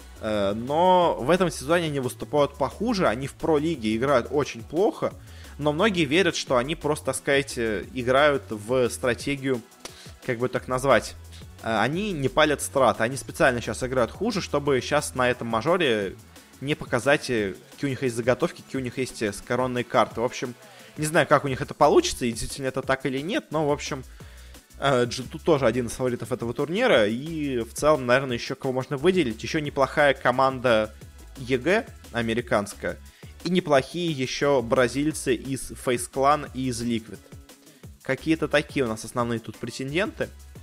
но в этом сезоне они выступают похуже, они в Про-лиге играют очень плохо, но многие верят, что они просто, так сказать, играют в стратегию, как бы так назвать, они не палят страты, они специально сейчас играют хуже, чтобы сейчас на этом мажоре не показать, какие у них есть заготовки, какие у них есть коронные карты. В общем, не знаю, как у них это получится, и действительно это так или нет, но, в общем, G2 тоже один из фаворитов этого турнира, и в целом, наверное, еще кого можно выделить. Еще неплохая команда ЕГЭ американская, и неплохие еще бразильцы из FaZe Clan и из Liquid. Какие-то такие у нас основные тут претенденты.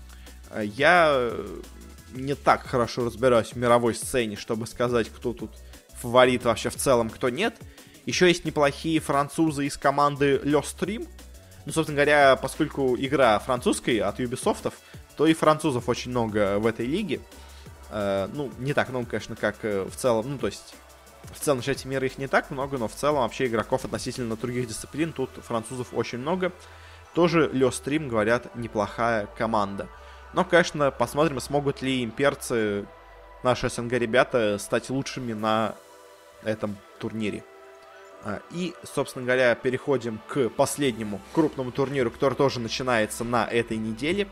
Я не так хорошо разбираюсь в мировой сцене, чтобы сказать, кто тут фаворит вообще в целом, кто нет. Еще есть неплохие французы из команды Le Stream. Ну, собственно говоря, поскольку игра французская от Ubisoft, то и французов очень много в этой лиге. Ну, не так много, конечно, как в целом. Ну, то есть, в целом, в чемпионате мира их не так много, но в целом вообще игроков относительно других дисциплин тут французов очень много. Тоже Le Stream, говорят, неплохая команда. Но, конечно, посмотрим, смогут ли имперцы, наши СНГ ребята, стать лучшими на этом турнире. И, собственно говоря, переходим к последнему крупному турниру, который тоже начинается на этой неделе.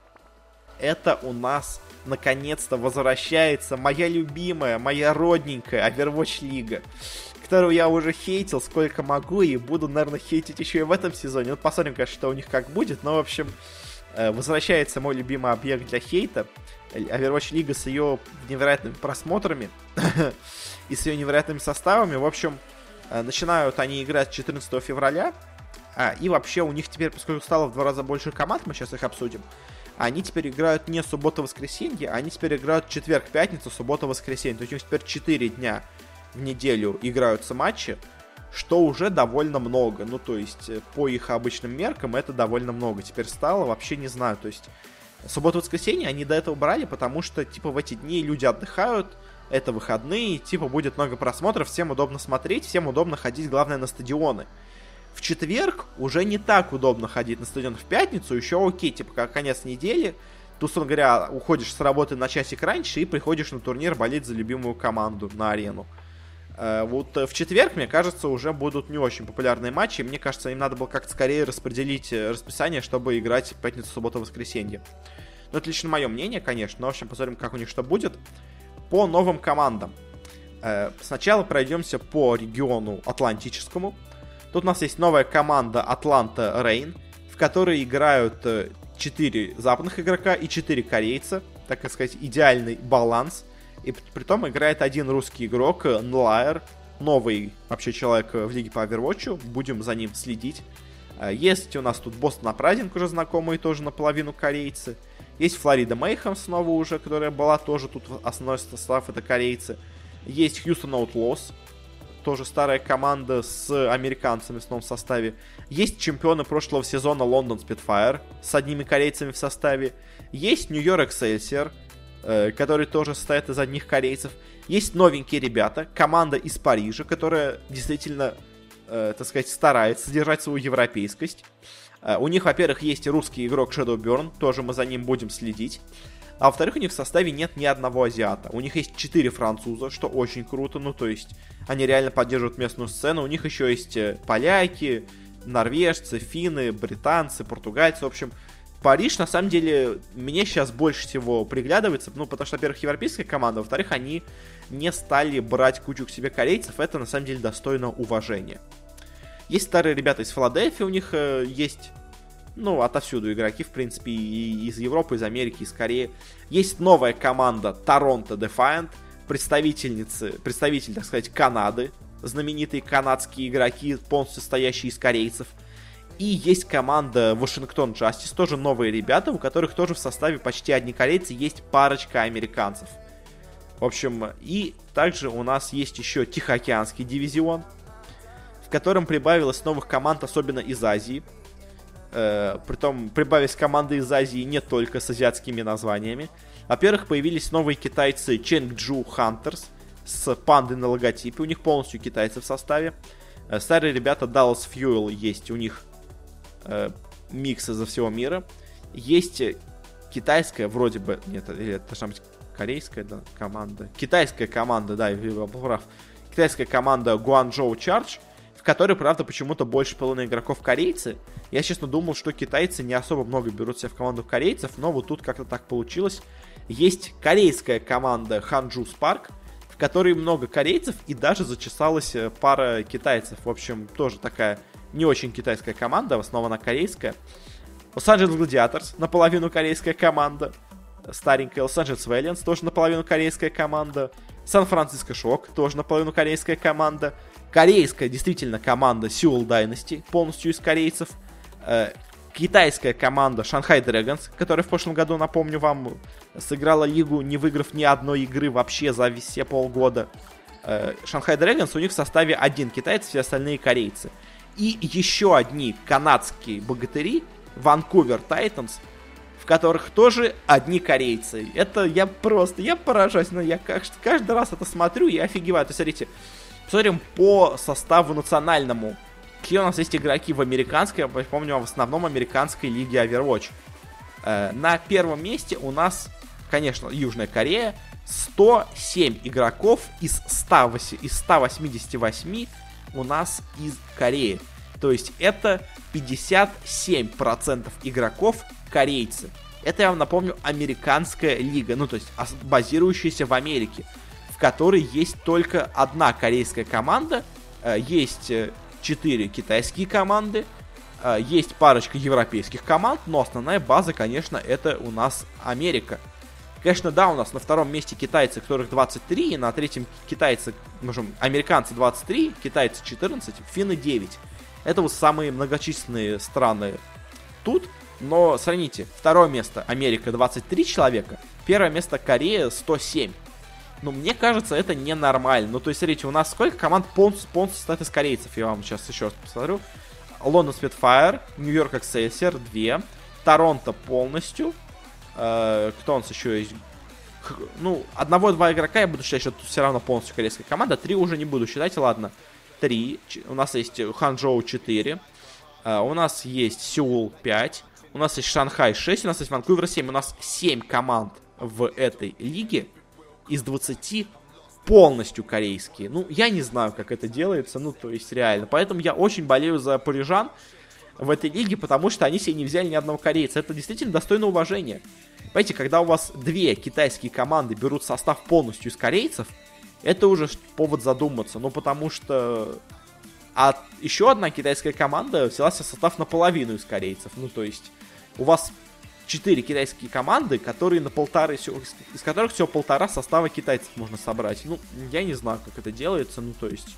Это у нас, наконец-то, возвращается моя любимая, моя родненькая Overwatch Лига, которую я уже хейтил сколько могу и буду, наверное, хейтить еще и в этом сезоне. Ну, посмотрим, конечно, что у них как будет, но, в общем, возвращается мой любимый объект для хейта. Overwatch Лига с ее невероятными просмотрами и с ее невероятными составами. В общем, начинают они играть 14 февраля. И вообще у них теперь, поскольку стало в 2 раза больше команд, мы сейчас их обсудим, они теперь играют не суббота-воскресенье, они теперь играют четверг-пятница, суббота-воскресенье. То есть у них теперь 4 дня в неделю играются матчи, что уже довольно много. Ну, то есть по их обычным меркам это довольно много. Теперь стало, вообще не знаю. То есть субботу-воскресенье они до этого брали, потому что, типа, в эти дни люди отдыхают, это выходные, типа, будет много просмотров, всем удобно смотреть, всем удобно ходить, главное, на стадионы. В четверг уже не так удобно ходить на стадион. В пятницу еще окей, типа, как конец недели, Ты, условно говоря, уходишь с работы на часик раньше и приходишь на турнир болеть за любимую команду на арену. Вот в четверг, мне кажется, уже будут не очень популярные матчи. Мне кажется, им надо было как-то скорее распределить расписание, чтобы играть в пятницу, субботу, воскресенье. Но это лично мое мнение, конечно. Но, в общем, посмотрим, как у них что будет. По новым командам. Сначала пройдемся по региону Атлантическому. Тут у нас есть новая команда Атланта Рейн, в которой играют 4 западных игрока и 4 корейца. Так сказать, идеальный баланс. И притом играет один русский игрок, Нлайер, новый вообще человек в лиге по Overwatch, будем за ним следить. Есть у нас тут Бостон Апрайзинг, уже знакомые, тоже наполовину корейцы. Есть Флорида Мейхэм снова уже, которая была тоже тут основной состав, это корейцы. Есть Хьюстон Outlaws, тоже старая команда с американцами в основном составе. Есть чемпионы прошлого сезона Лондон Spitfire с одними корейцами в составе. Есть Нью-Йорк Excelsior, который тоже состоит из одних корейцев. Есть новенькие ребята, команда из Парижа, которая действительно, так сказать, старается держать свою европейскость. У них, во-первых, есть русский игрок Shadowburn, тоже мы за ним будем следить. А во-вторых, у них в составе нет ни одного азиата. У них есть 4 француза, что очень круто, ну то есть они реально поддерживают местную сцену. У них еще есть поляки, норвежцы, финны, британцы, португальцы, в общем... Париж, на самом деле, мне сейчас больше всего приглядывается, ну, потому что, во-первых, европейская команда, во-вторых, они не стали брать кучу к себе корейцев, это, на самом деле, достойно уважения. Есть старые ребята из Филадельфии, у них есть, ну, отовсюду игроки, в принципе, и из Европы, из Америки, из Кореи. Есть новая команда Торонто Defiant, представитель, так сказать, Канады, знаменитые канадские игроки, полностью состоящие из корейцев. И есть команда Вашингтон Justice, тоже новые ребята, у которых тоже в составе почти одни корейцы, есть парочка американцев. В общем, и также у нас есть еще Тихоокеанский дивизион, в котором прибавилось новых команд, особенно из Азии. Притом прибавились команды из Азии не только с азиатскими названиями. Во-первых, появились новые китайцы Chengdu Hunters с пандой на логотипе, у них полностью китайцы в составе. Старые ребята Dallas Fuel есть, у них микс изо всего мира. Есть китайская, вроде бы, нет, или это должна быть корейская, да, команда. Китайская команда, да, я был прав. Китайская команда Guangzhou Charge, в которой, правда, почему-то больше половины игроков корейцы. Я, честно, думал, что китайцы не особо много берут себя в команду корейцев, но вот тут как-то так получилось. Есть корейская команда Ханчжу Spark, в которой много корейцев и даже зачесалась пара китайцев. В общем, тоже такая не очень китайская команда, в основном она корейская. Лос-Анджелес Гладиаторс, наполовину корейская команда. Старенькая Лос-Анджелес Вэллианс, тоже наполовину корейская команда. Сан-Франциско Шок, тоже наполовину корейская команда. Корейская, действительно, команда Seoul Dynasty, полностью из корейцев. Китайская команда Shanghai Dragons, которая в прошлом году, напомню вам, сыграла лигу, не выиграв ни одной игры вообще за все полгода. Shanghai Dragons, у них в составе один китаец, все остальные корейцы. И еще одни канадские богатыри, Vancouver Titans, в которых тоже одни корейцы. Это я поражаюсь, но я каждый раз это смотрю и офигеваю. То есть, смотрите, посмотрим по составу национальному. Какие у нас есть игроки в американской, я помню, в основном американской лиге Overwatch. На первом месте у нас, конечно, Южная Корея. 107 игроков из 188 у нас из Кореи. То есть это 57% игроков корейцы. Это, я вам напомню, американская лига, ну то есть базирующаяся в Америке, в которой есть только одна корейская команда, есть 4 китайские команды, есть парочка европейских команд, но основная база, конечно, это у нас Америка. Конечно, да, у нас на втором месте китайцы, которых 23, и на третьем китайцы, можем, американцы 23, китайцы 14, финны 9. Это вот самые многочисленные страны тут, но сравните, второе место Америка 23 человека, первое место Корея 107. Ну, мне кажется, это ненормально. Ну, то есть, смотрите, у нас сколько команд полностью состоит из корейцев, я вам сейчас еще раз посмотрю. Лондон Spitfire, Нью-Йорк Excelsior 2, Торонто полностью. Кто у нас еще есть? Ну, одного-два игрока я буду считать, что тут все равно полностью корейская команда. 3 уже не буду считать, ладно. 3. У нас есть Ханчжоу 4. У нас есть Сеул 5. у нас есть Шанхай 6, у нас есть Ванкувер 7. У нас 7 команд в этой лиге из 20 полностью корейские. Ну, я не знаю, как это делается, ну, то есть реально. Поэтому я очень болею за парижан в этой лиге, потому что они себе не взяли ни одного корейца. Это действительно достойно уважения. Понимаете, когда у вас 2 китайские команды берут состав полностью из корейцев, это уже повод задуматься. Ну, потому что... А еще одна китайская команда взяла себе состав наполовину из корейцев. Ну, то есть, у вас 4 китайские команды, которые на полторы, из которых всего 1,5 состава китайцев можно собрать. Ну, я не знаю, как это делается. Ну, то есть,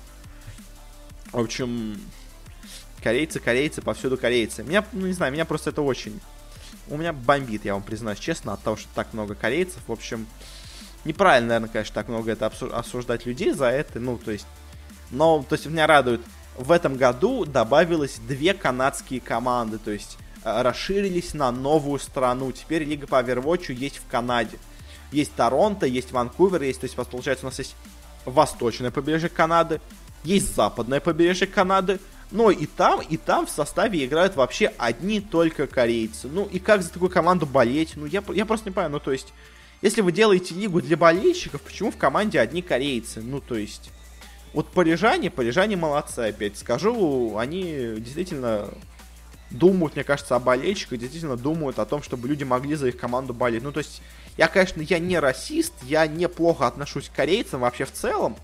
в общем, корейцы, повсюду корейцы. Меня, ну, не знаю, меня просто это очень... У меня бомбит, я вам признаюсь честно, от того, что так много корейцев. В общем, неправильно, наверное, конечно, так много это осуждать людей за это. Ну, то есть... Но, то есть, меня радует, в этом году добавилось 2 канадские команды, то есть расширились на новую страну. Теперь лига по Overwatch есть в Канаде. Есть Торонто, есть Ванкувер, есть, то есть, получается, у нас есть восточное побережье Канады, есть западное побережье Канады, но и там в составе играют вообще одни только корейцы. Ну, и как за такую команду болеть? Ну, я просто не понимаю, ну, то есть, если вы делаете лигу для болельщиков, почему в команде одни корейцы? Ну, то есть... Вот парижане молодцы, опять скажу, они действительно думают, мне кажется, о болельщиках, действительно думают о том, чтобы люди могли за их команду болеть. Ну, то есть, я не расист, я неплохо отношусь к корейцам вообще в целом,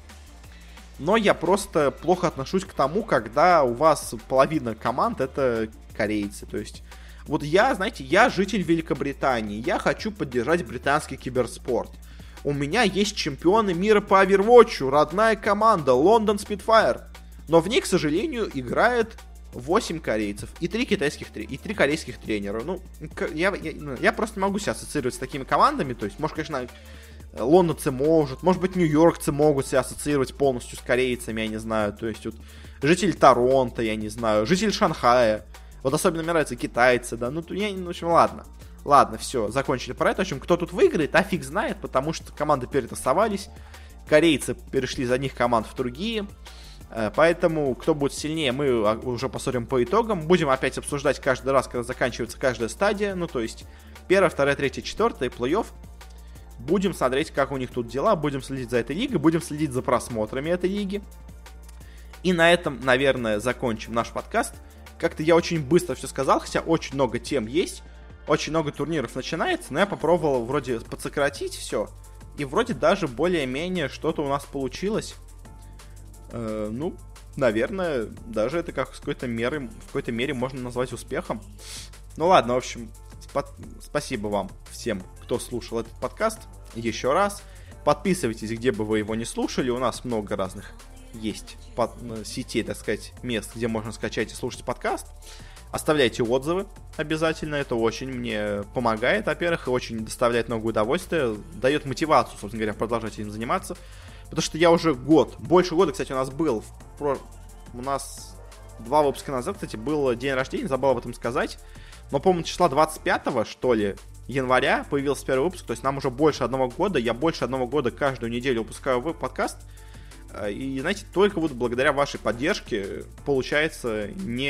но я просто плохо отношусь к тому, когда у вас половина команд это корейцы. То есть, вот я, знаете, я житель Великобритании, я хочу поддержать британский киберспорт. У меня есть чемпионы мира по Overwatch, родная команда London Spitfire. Но в ней, к сожалению, играет 8 корейцев и 3 корейских тренера. Ну, я просто не могу себя ассоциировать с такими командами. То есть, может, конечно, лондонцы может быть, нью-йоркцы могут себя ассоциировать полностью с корейцами, я не знаю. То есть, вот, житель Торонто, я не знаю, житель Шанхая. Вот особенно мне нравятся китайцы, да. Ну, в общем, ладно. Ладно, все, закончили про это. В общем, кто тут выиграет, а фиг знает, потому что команды перетасовались. Корейцы перешли из одних команд в другие. Поэтому, кто будет сильнее, мы уже посмотрим по итогам. Будем опять обсуждать каждый раз, когда заканчивается каждая стадия. Ну, то есть, 1, 2, 3, 4 плей-офф. Будем смотреть, как у них тут дела. Будем следить за этой лигой. Будем следить за просмотрами этой лиги. И на этом, наверное, закончим наш подкаст. Как-то я очень быстро все сказал, хотя очень много тем есть. Очень много турниров начинается, но я попробовал вроде подсократить все. И вроде даже более-менее что-то у нас получилось. Ну, наверное, даже это как в какой-то мере можно назвать успехом. Ну ладно, в общем, спасибо вам всем, кто слушал этот подкаст. Еще раз. Подписывайтесь, где бы вы его не слушали. У нас много разных есть сетей, так сказать, мест, где можно скачать и слушать подкаст. Оставляйте отзывы обязательно, это очень мне помогает, во-первых, и очень доставляет много удовольствия, дает мотивацию, собственно говоря, продолжать этим заниматься, потому что я уже больше года, кстати, у нас был, у нас 2 выпуска назад, кстати, был день рождения, забыл об этом сказать, но, по-моему, числа 25-го, что ли, января появился первый выпуск, то есть нам уже больше 1 года, я больше 1 года каждую неделю выпускаю подкаст, и, знаете, только вот благодаря вашей поддержке получается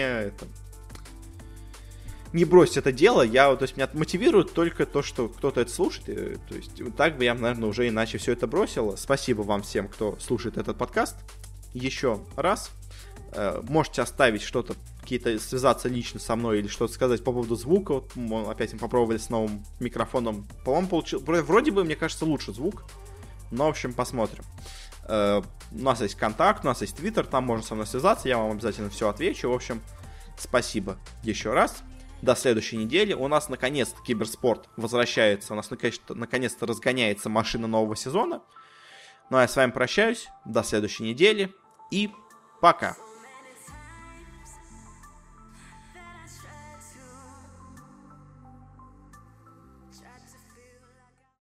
не бросить это дело, то есть меня мотивирует только то, что кто-то это слушает, то есть так бы я, наверное, уже иначе все это бросил. Спасибо вам всем, кто слушает этот подкаст. Еще раз, можете оставить что-то, связаться лично со мной или что-то сказать по поводу звука. Вот, опять мы попробовали с новым микрофоном, по-моему, получилось, вроде бы, мне кажется, лучше звук, но, в общем, посмотрим. У нас есть контакт, у нас есть Twitter, там можно со мной связаться, я вам обязательно все отвечу. В общем, спасибо еще раз. До следующей недели. У нас наконец-то киберспорт возвращается. У нас наконец-то разгоняется машина нового сезона. Ну а я с вами прощаюсь. До следующей недели. И пока.